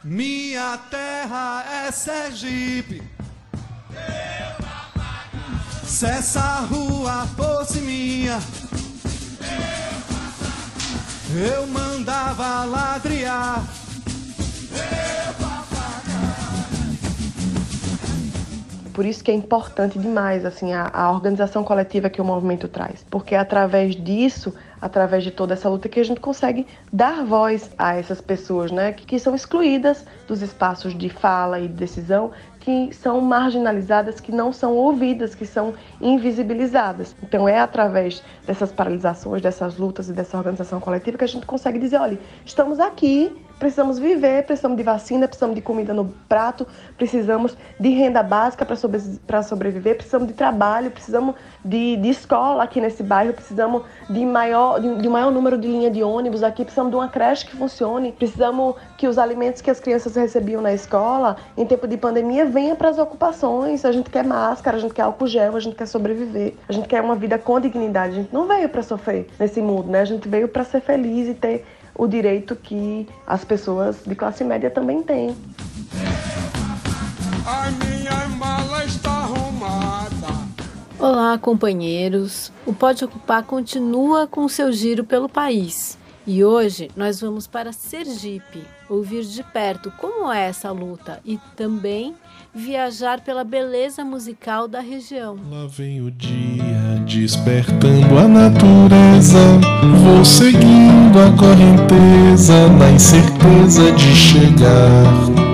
Minha terra é Sergipe. Se essa rua fosse minha, eu mandava ladriar. Por isso que é importante demais assim, a organização coletiva que o movimento traz. Porque é através disso, através de toda essa luta, que a gente consegue dar voz a essas pessoas, né, que são excluídas dos espaços de fala e de decisão, que são marginalizadas, que não são ouvidas, que são invisibilizadas. Então é através dessas paralisações, dessas lutas e dessa organização coletiva que a gente consegue dizer, olha, estamos aqui, precisamos viver, precisamos de vacina, precisamos de comida no prato, precisamos de renda básica para sobreviver, precisamos de trabalho, precisamos de escola aqui nesse bairro, precisamos de um maior número de linha de ônibus aqui, precisamos de uma creche que funcione, precisamos que os alimentos que as crianças recebiam na escola, em tempo de pandemia, venham para as ocupações. A gente quer máscara, a gente quer álcool gel, a gente quer sobreviver, a gente quer uma vida com dignidade. A gente não veio para sofrer nesse mundo, né? A gente veio para ser feliz e ter o direito que as pessoas de classe média também têm. A minha mala está arrumada. Olá, companheiros. O Pode Ocupar continua com seu giro pelo país. E hoje nós vamos para Sergipe, ouvir de perto como é essa luta e também viajar pela beleza musical da região. Lá vem o dia despertando a natureza, vou seguindo a correnteza na incerteza de chegar.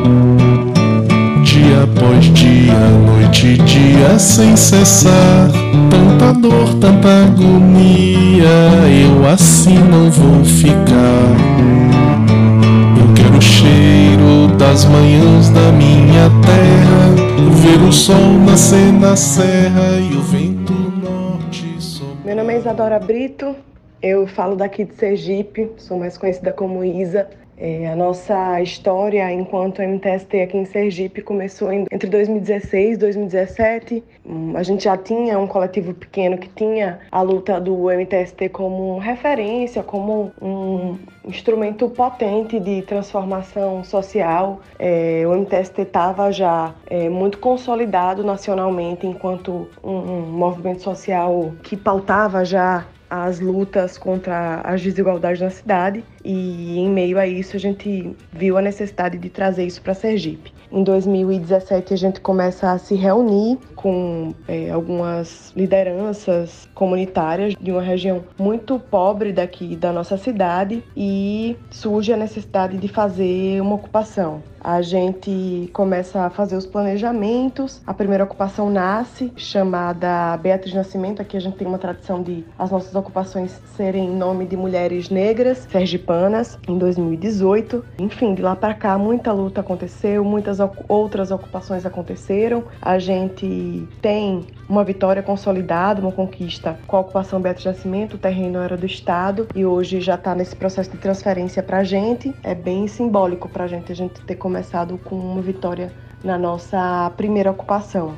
Dia após dia, noite e dia sem cessar, tanta dor, tanta agonia, eu assim não vou ficar. Eu quero o cheiro das manhãs da minha terra, ver o sol nascer na serra e o vento norte soprar. Meu nome é Isadora Brito, eu falo daqui de Sergipe, sou mais conhecida como Isa. A nossa história enquanto MTST aqui em Sergipe começou entre 2016 e 2017. A gente já tinha um coletivo pequeno que tinha a luta do MTST como referência, como um instrumento potente de transformação social. O MTST estava já muito consolidado nacionalmente enquanto um movimento social que pautava já as lutas contra as desigualdades na cidade, e em meio a isso a gente viu a necessidade de trazer isso para Sergipe. Em 2017 a gente começa a se reunir com algumas lideranças comunitárias de uma região muito pobre daqui da nossa cidade, e surge a necessidade de fazer uma ocupação. A gente começa a fazer os planejamentos, a primeira ocupação nasce, chamada Beatriz Nascimento. Aqui a gente tem uma tradição de as nossas ocupações serem em nome de mulheres negras, sergipanas, em 2018. Enfim, de lá para cá muita luta aconteceu, muitas outras ocupações aconteceram. A gente tem uma vitória consolidada, uma conquista com a ocupação Beatriz Nascimento. O terreno era do Estado e hoje já está nesse processo de transferência para a gente. É bem simbólico para a gente ter começado com uma vitória na nossa primeira ocupação.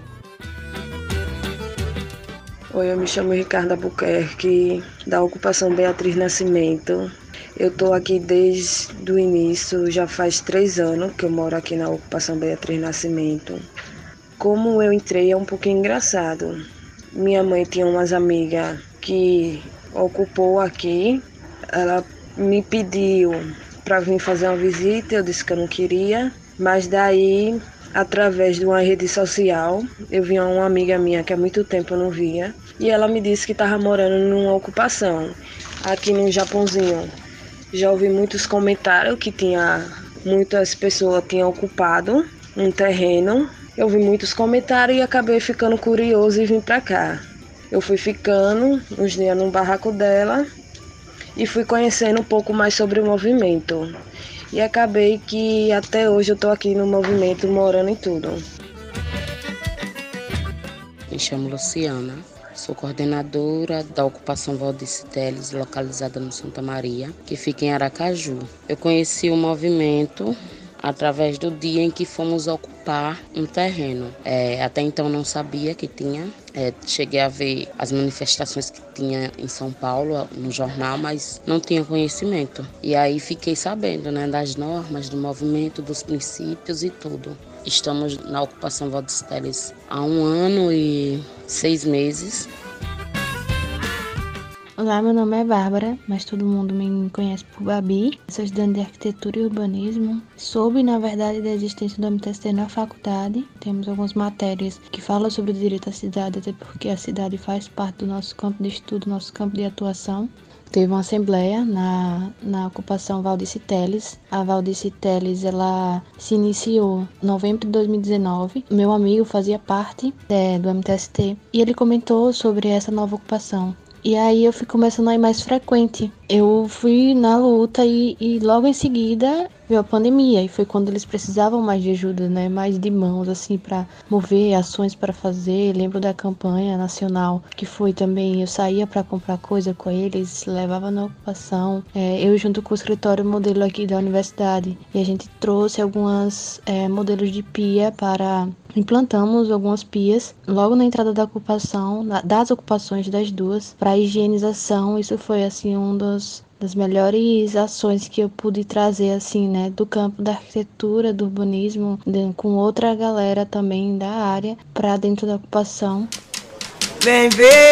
Oi, eu me chamo Ricardo Albuquerque, da ocupação Beatriz Nascimento. Eu estou aqui desde o início, já faz 3 anos que eu moro aqui na ocupação Beatriz Nascimento. Como eu entrei é um pouquinho engraçado. Minha mãe tinha umas amigas que ocupou aqui, ela me pediu para vir fazer uma visita, eu disse que eu não queria, mas daí, através de uma rede social, eu vi uma amiga minha que há muito tempo eu não via, e ela me disse que estava morando numa ocupação, aqui no Japãozinho. Já ouvi muitos comentários que muitas pessoas tinham ocupado um terreno. Eu vi muitos comentários e acabei ficando curioso e vim para cá. Eu fui ficando uns dias no barraco dela e fui conhecendo um pouco mais sobre o movimento. E acabei que até hoje eu estou aqui no movimento, morando em tudo. Me chamo Luciana, sou coordenadora da ocupação Valdice Teles, localizada no Santa Maria, que fica em Aracaju. Eu conheci o movimento através do dia em que fomos ocupar um terreno. Até então não sabia que tinha. Cheguei a ver as manifestações que tinha em São Paulo no jornal, mas não tinha conhecimento. E aí fiquei sabendo, né, das normas, do movimento, dos princípios e tudo. Estamos na ocupação Valdice Telles há 1 ano e 6 meses. Olá, meu nome é Bárbara, mas todo mundo me conhece por Babi. Sou estudante de arquitetura e urbanismo. Soube, na verdade, da existência do MTST na faculdade. Temos algumas matérias que falam sobre o direito à cidade, até porque a cidade faz parte do nosso campo de estudo, nosso campo de atuação. Teve uma assembleia na ocupação Valdice Telles. A Valdice Telles, ela se iniciou em novembro de 2019. Meu amigo fazia parte do MTST e ele comentou sobre essa nova ocupação. E aí eu fui começando a ir mais frequente. Eu fui na luta e logo em seguida veio a pandemia. E foi quando eles precisavam mais de ajuda, né? Mais de mãos, assim, para mover ações para fazer. Lembro da campanha nacional, que foi também, eu saía para comprar coisa com eles, levava na ocupação. Eu junto com o escritório modelo aqui da universidade. E a gente trouxe alguns modelos de pia para... Implantamos algumas pias logo na entrada da ocupação, das ocupações das duas, para higienização. Isso foi assim das melhores ações que eu pude trazer assim, né, do campo da arquitetura, do urbanismo, com outra galera também da área para dentro da ocupação. Vem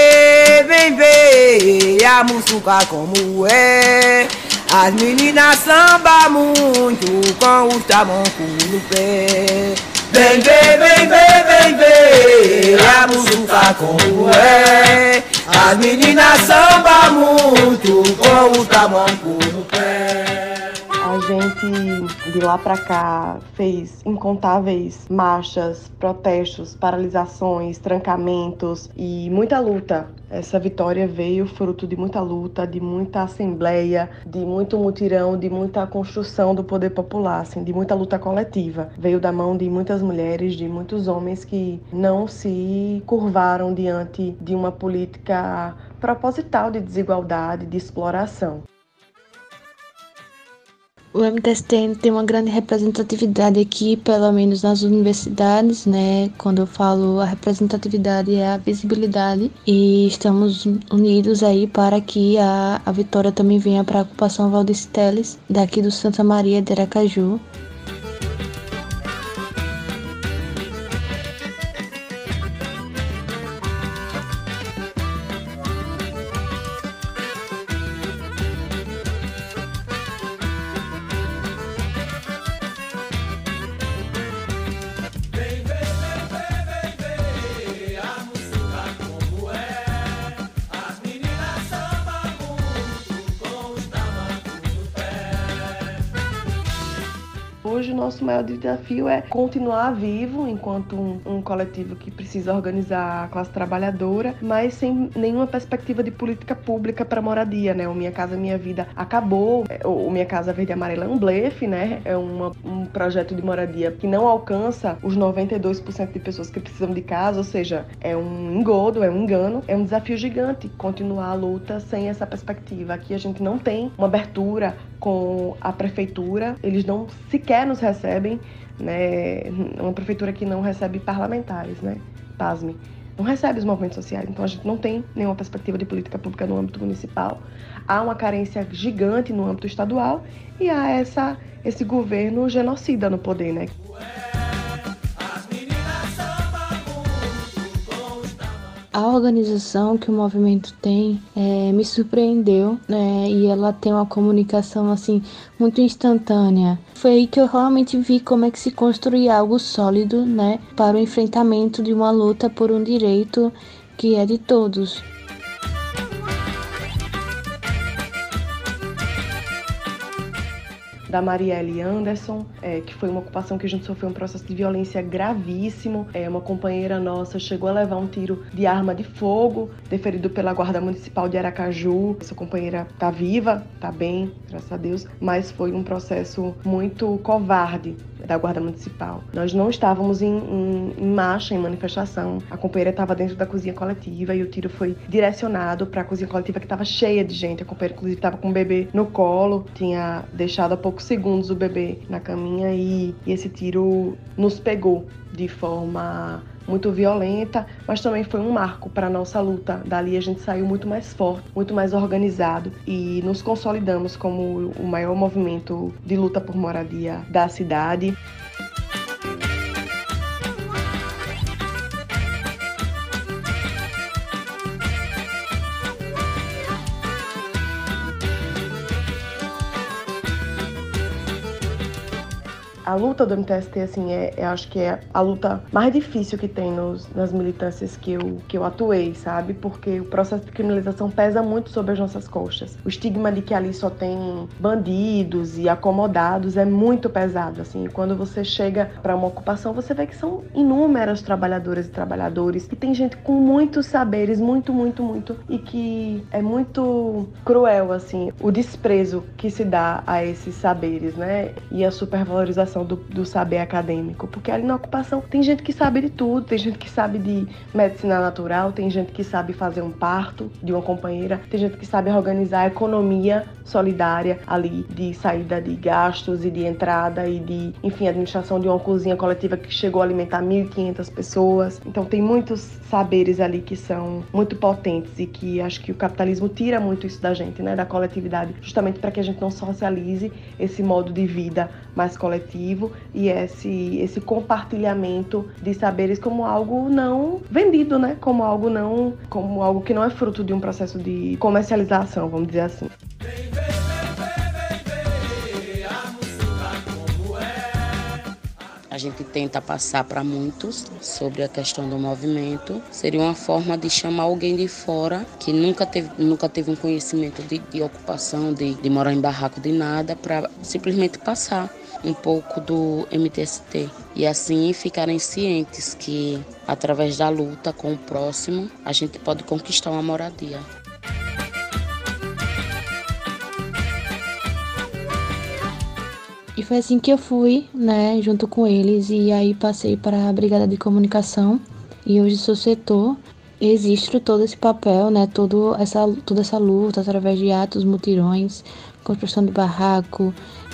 ver a Mussuca como é. As meninas samba muito com os tamancos no pé. Vem ver a Mussuca como é. As meninas samba muito com os tamancos no pé. A gente de lá pra cá fez incontáveis marchas, protestos, paralisações, trancamentos e muita luta. Essa vitória veio fruto de muita luta, de muita assembleia, de muito mutirão, de muita construção do poder popular, assim, de muita luta coletiva. Veio da mão de muitas mulheres, de muitos homens que não se curvaram diante de uma política proposital de desigualdade, de exploração. O MTST tem uma grande representatividade aqui, pelo menos nas universidades, né? Quando eu falo a representatividade é a visibilidade, e estamos unidos aí para que a vitória também venha para a ocupação Valdice Telles, daqui do Santa Maria de Aracaju. Hoje o nosso maior desafio é continuar vivo enquanto um coletivo que precisa organizar a classe trabalhadora, mas sem nenhuma perspectiva de política pública para moradia, né? O Minha Casa Minha Vida acabou, o Minha Casa Verde e Amarela é um blefe, né? É um projeto de moradia que não alcança os 92% de pessoas que precisam de casa, ou seja, é um engodo, é um engano, é um desafio gigante continuar a luta sem essa perspectiva. Aqui a gente não tem uma abertura com a prefeitura, eles não sequer nos recebem, né? Uma prefeitura que não recebe parlamentares, né? Pasme, não recebe os movimentos sociais, então a gente não tem nenhuma perspectiva de política pública no âmbito municipal. Há uma carência gigante no âmbito estadual e há esse governo genocida no poder, né? A organização que o movimento tem me surpreendeu, né? E ela tem uma comunicação assim muito instantânea. Foi aí que eu realmente vi como é que se construi algo sólido, né, para o enfrentamento de uma luta por um direito que é de todos. Da Marielle Anderson, que foi uma ocupação que a gente sofreu um processo de violência gravíssimo. Uma companheira nossa chegou a levar um tiro de arma de fogo, deferido pela Guarda Municipal de Aracaju. Essa companheira tá viva, tá bem, graças a Deus, mas foi um processo muito covarde da Guarda Municipal. Nós não estávamos em marcha, em manifestação. A companheira estava dentro da cozinha coletiva e o tiro foi direcionado para a cozinha coletiva, que estava cheia de gente. A companheira, inclusive, estava com o bebê no colo, tinha deixado há poucos segundos o bebê na caminha e esse tiro nos pegou de forma muito violenta, mas também foi um marco para a nossa luta. Dali a gente saiu muito mais forte, muito mais organizado e nos consolidamos como o maior movimento de luta por moradia da cidade. A luta do MTST, assim, acho que é a luta mais difícil que tem nas militâncias que eu atuei, sabe? Porque o processo de criminalização pesa muito sobre as nossas costas. O estigma de que ali só tem bandidos e acomodados é muito pesado, assim. Quando você chega para uma ocupação, você vê que são inúmeras trabalhadoras e trabalhadores, que tem gente com muitos saberes, muito, e que é muito cruel, assim, o desprezo que se dá a esses saberes, né? E a supervalorização do saber acadêmico, porque ali na ocupação tem gente que sabe de tudo, tem gente que sabe de medicina natural, tem gente que sabe fazer um parto de uma companheira, tem gente que sabe organizar a economia solidária ali, de saída de gastos e de entrada e de, enfim, administração de uma cozinha coletiva que chegou a alimentar 1.500 pessoas. Então tem muitos saberes ali que são muito potentes e que acho que o capitalismo tira muito isso da gente, né, da coletividade, justamente para que a gente não socialize esse modo de vida mais coletivo e esse compartilhamento de saberes como algo não vendido, né? Como algo que não é fruto de um processo de comercialização, vamos dizer assim. A gente tenta passar para muitos sobre a questão do movimento. Seria uma forma de chamar alguém de fora que nunca teve um conhecimento de ocupação, de morar em barraco, de nada, para simplesmente passar um pouco do MTST e assim ficarem cientes que através da luta com o próximo a gente pode conquistar uma moradia. E foi assim que eu fui, né, junto com eles, e aí passei para a Brigada de Comunicação e hoje sou setor. Existe todo esse papel, né, toda essa luta através de atos, mutirões, construção de barraco.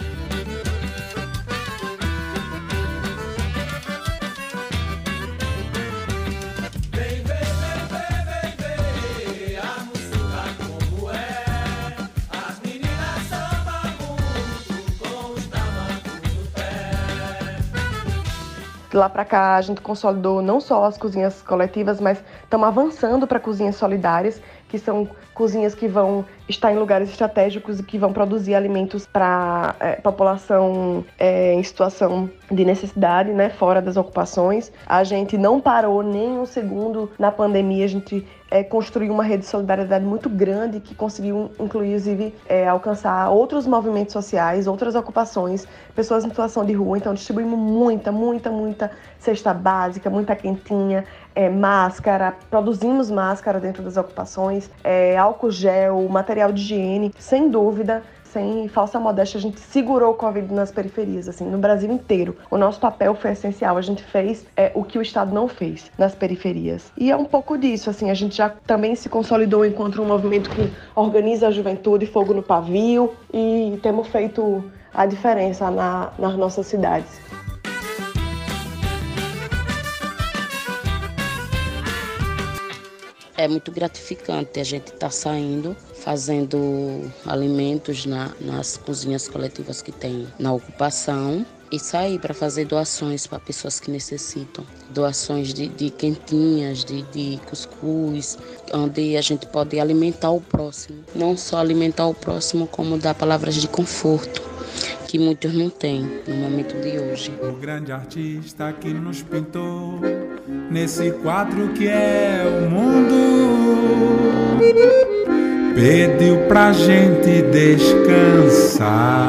De lá para cá, a gente consolidou não só as cozinhas coletivas, mas estamos avançando para cozinhas solidárias, que são cozinhas que vão estar em lugares estratégicos e que vão produzir alimentos para população em situação de necessidade, né, fora das ocupações. A gente não parou nem um segundo na pandemia, a gente construiu uma rede de solidariedade muito grande que conseguiu, inclusive, alcançar outros movimentos sociais, outras ocupações, pessoas em situação de rua. Então, distribuímos muita cesta básica, muita quentinha, máscara, produzimos máscara dentro das ocupações, álcool gel, material de higiene, sem dúvida. Sem falsa modéstia, a gente segurou o Covid nas periferias, assim, no Brasil inteiro. O nosso papel foi essencial, a gente fez o que o Estado não fez nas periferias. E é um pouco disso, assim, a gente já também se consolidou enquanto um movimento que organiza a juventude, fogo no pavio, e temos feito a diferença nas nossas cidades. É muito gratificante a gente estar saindo, fazendo alimentos nas cozinhas coletivas que tem na ocupação e sair para fazer doações para pessoas que necessitam. Doações de quentinhas, de cuscuz, onde a gente pode alimentar o próximo. Não só alimentar o próximo, como dar palavras de conforto, que muitos não têm no momento de hoje. O grande artista que nos pintou nesse quadro que é o mundo pediu pra gente descansar.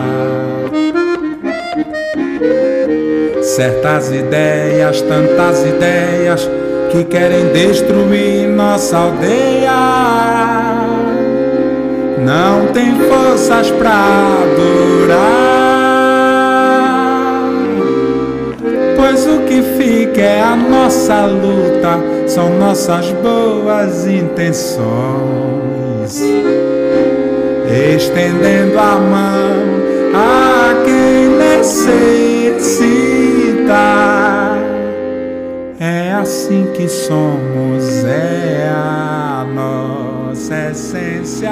Certas ideias, tantas ideias que querem destruir nossa aldeia, não tem forças pra durar. o que fica é a nossa luta, são nossas boas intenções, estendendo a mão a quem necessita. É assim que somos, é a nossa essência,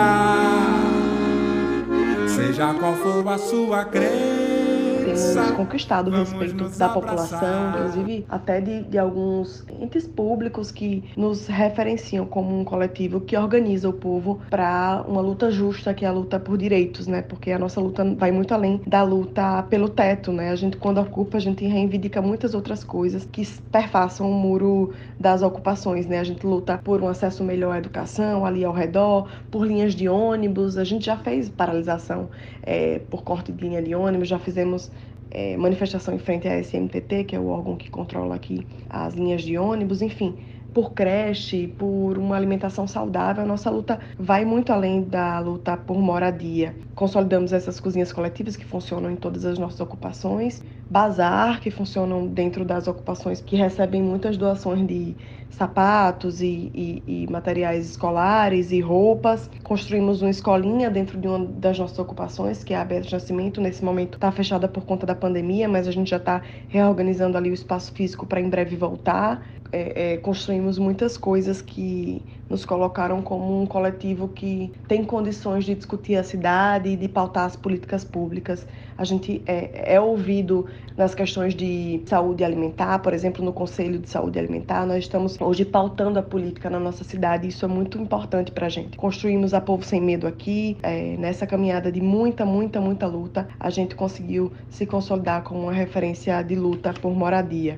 seja qual for a sua crença. Temos conquistado o respeito da população, inclusive até de alguns entes públicos que nos referenciam como um coletivo que organiza o povo para uma luta justa, que é a luta por direitos, né? Porque a nossa luta vai muito além da luta pelo teto, né? A gente, quando ocupa, a gente reivindica muitas outras coisas que perpassam o muro das ocupações, né? A gente luta por um acesso melhor à educação ali ao redor, por linhas de ônibus. A gente já fez paralisação por corte de linha de ônibus, já fizemos manifestação em frente à SMTT, que é o órgão que controla aqui as linhas de ônibus, enfim, por creche, por uma alimentação saudável. A nossa luta vai muito além da luta por moradia. Consolidamos essas cozinhas coletivas que funcionam em todas as nossas ocupações, bazar, que funcionam dentro das ocupações que recebem muitas doações de sapatos e materiais escolares e roupas. Construímos uma escolinha dentro de uma das nossas ocupações, que é a Beatriz Nascimento. Nesse momento está fechada por conta da pandemia, mas a gente já está reorganizando ali o espaço físico para em breve voltar. Construímos muitas coisas que nos colocaram como um coletivo que tem condições de discutir a cidade e de pautar as políticas públicas. A gente é ouvido nas questões de saúde alimentar, por exemplo, no Conselho de Saúde Alimentar. Nós estamos hoje pautando a política na nossa cidade, e isso é muito importante para a gente. Construímos a Povo Sem Medo aqui, nessa caminhada de muita luta, a gente conseguiu se consolidar como uma referência de luta por moradia.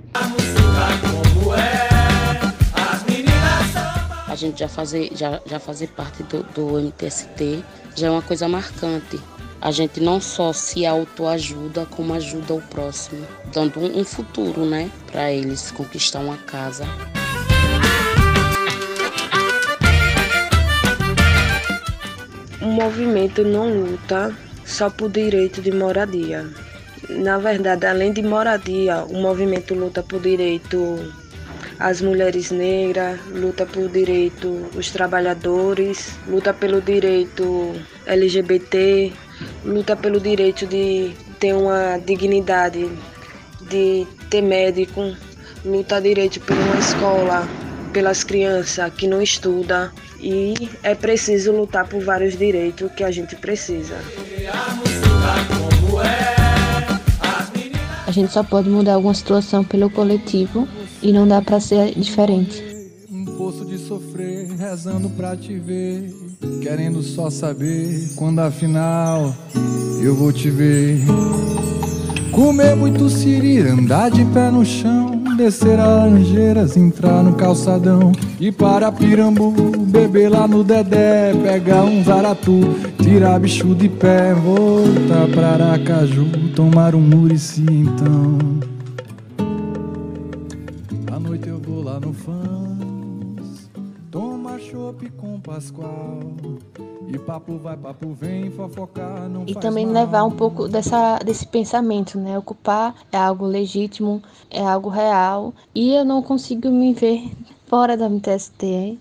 A gente já fazer parte do MTST já é uma coisa marcante. A gente não só se autoajuda, como ajuda o próximo, dando um futuro, né, para eles conquistar uma casa. O movimento não luta só por direito de moradia. Na verdade, além de moradia, o movimento luta por direito às mulheres negras, luta por direito os trabalhadores, luta pelo direito LGBT, luta pelo direito de ter uma dignidade, de ter médico, luta direito por uma escola, pelas crianças que não estudam, e é preciso lutar por vários direitos que a gente precisa. A gente só pode mudar alguma situação pelo coletivo e não dá pra ser diferente. Um poço de sofrer, rezando pra te ver, querendo só saber quando afinal eu vou te ver. Comer muito siri, andar de pé no chão, descer a Laranjeiras, entrar no calçadão, ir para Pirambu, beber lá no Dedé, pegar um zaratu, tirar bicho de pé, voltar pra Aracaju, tomar um Murici então. À noite eu vou lá no Fãs, tomar chopp com Pascoal, e papo vai, papo vem, fofocar não E faz também mal. levar um pouco desse pensamento, né? Ocupar é algo legítimo, é algo real, e eu não consigo me ver fora da MTST.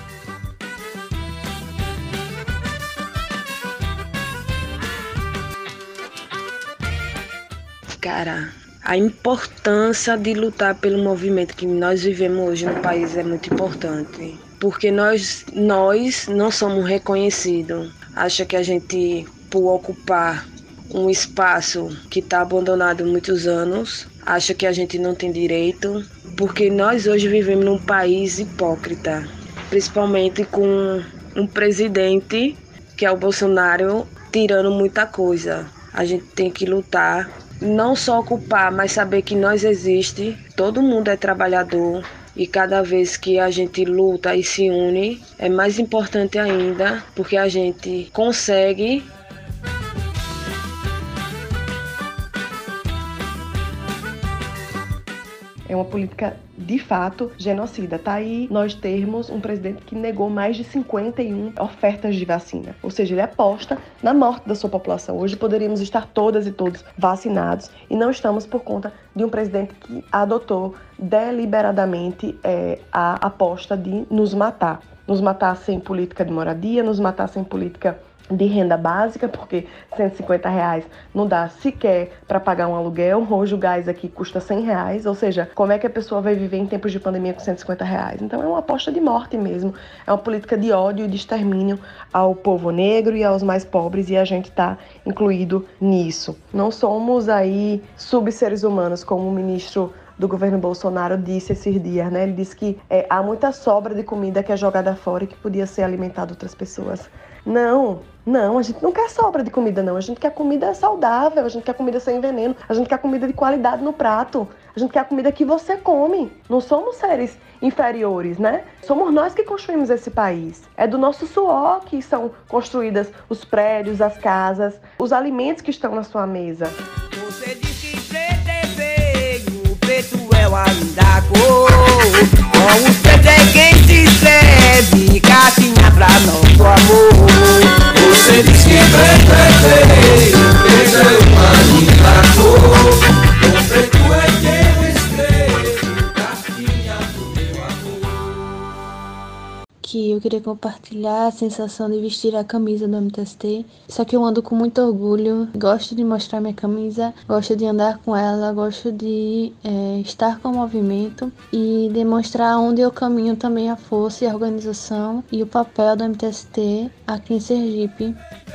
Cara, a importância de lutar pelo movimento que nós vivemos hoje no país é muito importante. Porque nós não somos reconhecidos. Acha que a gente, por ocupar um espaço que está abandonado há muitos anos, acha que a gente não tem direito. Porque nós hoje vivemos num país hipócrita. Principalmente com um presidente, que é o Bolsonaro, tirando muita coisa. A gente tem que lutar. Não só ocupar, mas saber que nós existimos. Todo mundo é trabalhador. E cada vez que a gente luta e se une, é mais importante ainda, porque a gente consegue É uma política, de fato, genocida. Tá aí nós termos um presidente que negou mais de 51 ofertas de vacina. Ou seja, ele aposta na morte da sua população. Hoje poderíamos estar todas e todos vacinados e não estamos por conta de um presidente que adotou deliberadamente a aposta de nos matar. Nos matar sem política de moradia, nos matar sem política de renda básica, porque R$150 não dá sequer para pagar um aluguel. Hoje o gás aqui custa R$100, ou seja, como é que a pessoa vai viver em tempos de pandemia com R$150? Então é uma aposta de morte mesmo, é uma política de ódio e de extermínio ao povo negro e aos mais pobres, e a gente está incluído nisso. Não somos aí subseres humanos, como o ministro do governo Bolsonaro disse esses dias, né? Ele disse que há muita sobra de comida que é jogada fora e que podia ser alimentada outras pessoas. Não, a gente não quer sobra de comida, não. A gente quer comida saudável, a gente quer comida sem veneno, a gente quer comida de qualidade no prato, a gente quer a comida que você come. Não somos seres inferiores, né? Somos nós que construímos esse país. É do nosso suor que são construídas os prédios, as casas, os alimentos que estão na sua mesa. Você diz que preto é feio, preto é uma linda cor. Com o preto é quem se serve, caixinha pra nosso amor. Você diz que preto é feio, preto é uma linda cor. O preto é quem eu escrevo, cartinha do meu amor. Que eu queria compartilhar a sensação de vestir a camisa do MTST, só que eu ando com muito orgulho, gosto de mostrar minha camisa, gosto de andar com ela, gosto de estar com o movimento e demonstrar onde eu caminho também a força e a organização e o papel do MTST aqui em Sergipe.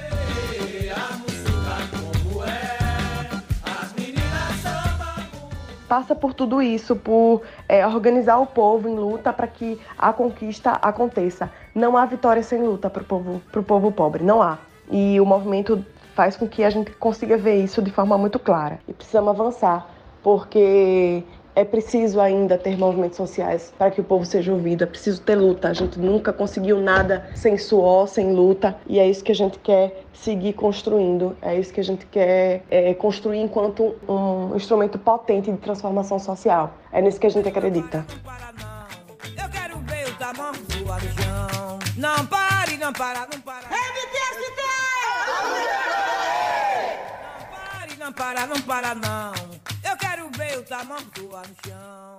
Passa por tudo isso, por organizar o povo em luta para que a conquista aconteça. Não há vitória sem luta para o povo pobre, não há. E o movimento faz com que a gente consiga ver isso de forma muito clara. E precisamos avançar, porque é preciso ainda ter movimentos sociais para que o povo seja ouvido, é preciso ter luta. A gente nunca conseguiu nada sem suor, sem luta, e é isso que a gente quer seguir construindo, é isso que a gente quer construir enquanto um instrumento potente de transformação social. É nisso que a gente acredita. Eu quero ver o tamanho do avião. Não pare, não para, não para. MTST! Não pare, não para, não para, não. Eu quero ver o tamanho do chão.